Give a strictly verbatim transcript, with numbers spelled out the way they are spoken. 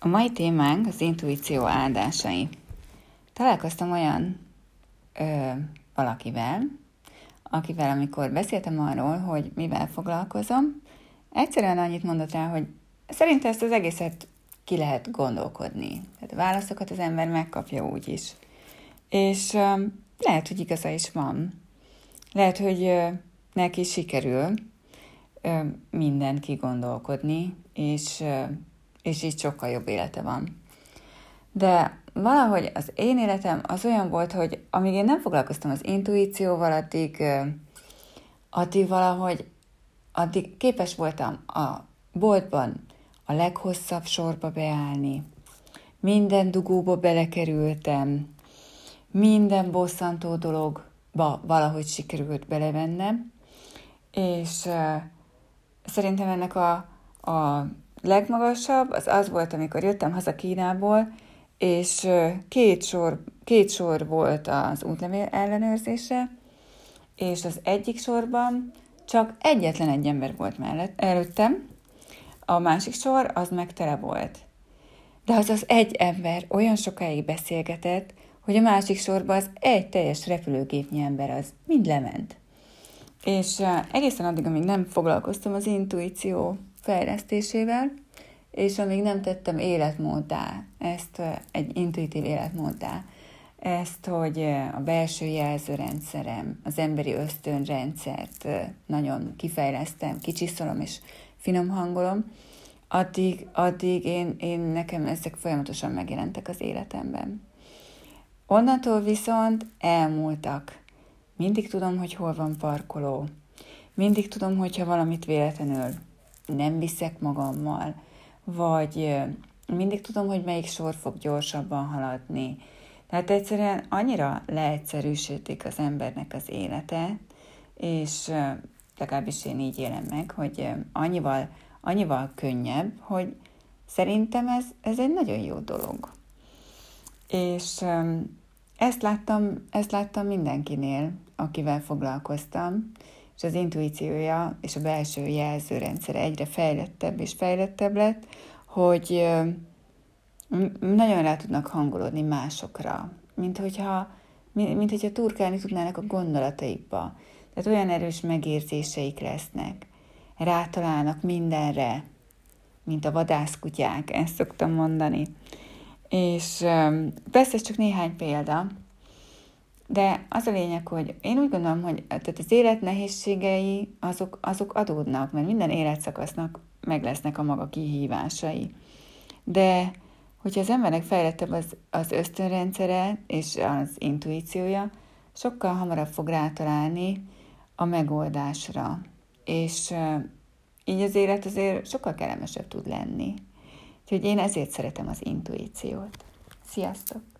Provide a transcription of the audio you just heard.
A mai témánk az intuíció áldásai. Találkoztam olyan ö, valakivel, akivel amikor beszéltem arról, hogy mivel foglalkozom, egyszerűen annyit mondott rá, hogy szerinte ezt az egészet ki lehet gondolkodni. Tehát a válaszokat az ember megkapja úgy is. És ö, lehet, hogy igaza is van. Lehet, hogy ö, neki sikerül ö, mindent kigondolkodni, és ö, és így sokkal jobb élete van. De valahogy az én életem az olyan volt, hogy amíg én nem foglalkoztam az intuícióval, addig, addig valahogy addig képes voltam a boltban a leghosszabb sorba beállni, minden dugóba belekerültem, minden bosszantó dologba valahogy sikerült belevennem, és uh, szerintem ennek a, a legmagasabb az az volt, amikor jöttem haza Kínából, és két sor, két sor volt az útlevél ellenőrzése, és az egyik sorban csak egyetlen egy ember volt mellett, előttem, a másik sor az meg tele volt. De az az egy ember olyan sokáig beszélgetett, hogy a másik sorban az egy teljes repülőgépnyi ember az mind lement. És egészen addig, amíg nem foglalkoztam az intuíció fejlesztésével, és amíg nem tettem életmóddá, ezt egy intuitív életmóddá, ezt, hogy a belső jelzőrendszerem, az emberi ösztönrendszert nagyon kifejlesztem, kicsiszolom és finom hangolom, addig, addig én, én nekem ezek folyamatosan megjelentek az életemben. Onnantól viszont elmúltak. Mindig tudom, hogy hol van parkoló. Mindig tudom, hogyha valamit véletlenül nem viszek magammal, vagy mindig tudom, hogy melyik sor fog gyorsabban haladni. Tehát egyszerűen annyira leegyszerűsítik az embernek az élete, és legalábbis én így élem meg, hogy annyival, annyival könnyebb, hogy szerintem ez, ez egy nagyon jó dolog. És ezt láttam, ezt láttam mindenkinél, akivel foglalkoztam, és az intuíciója és a belső jelzőrendszere egyre fejlettebb és fejlettebb lett, hogy nagyon rá tudnak hangolódni másokra, mint hogyha, mint hogyha turkálni tudnának a gondolataikba. Tehát olyan erős megérzéseik lesznek. Rátalálnak mindenre, mint a vadászkutyák, ezt szoktam mondani. És persze ez csak néhány példa, de az a lényeg, hogy én úgy gondolom, hogy tehát az élet nehézségei azok, azok adódnak, mert minden életszakasznak meg lesznek a maga kihívásai. De hogyha az embernek fejlettebb az, az ösztönrendszere és az intuíciója, sokkal hamarabb fog rátalálni a megoldásra. És uh, így az élet azért sokkal kellemesebb tud lenni. Úgyhogy én ezért szeretem az intuíciót. Sziasztok!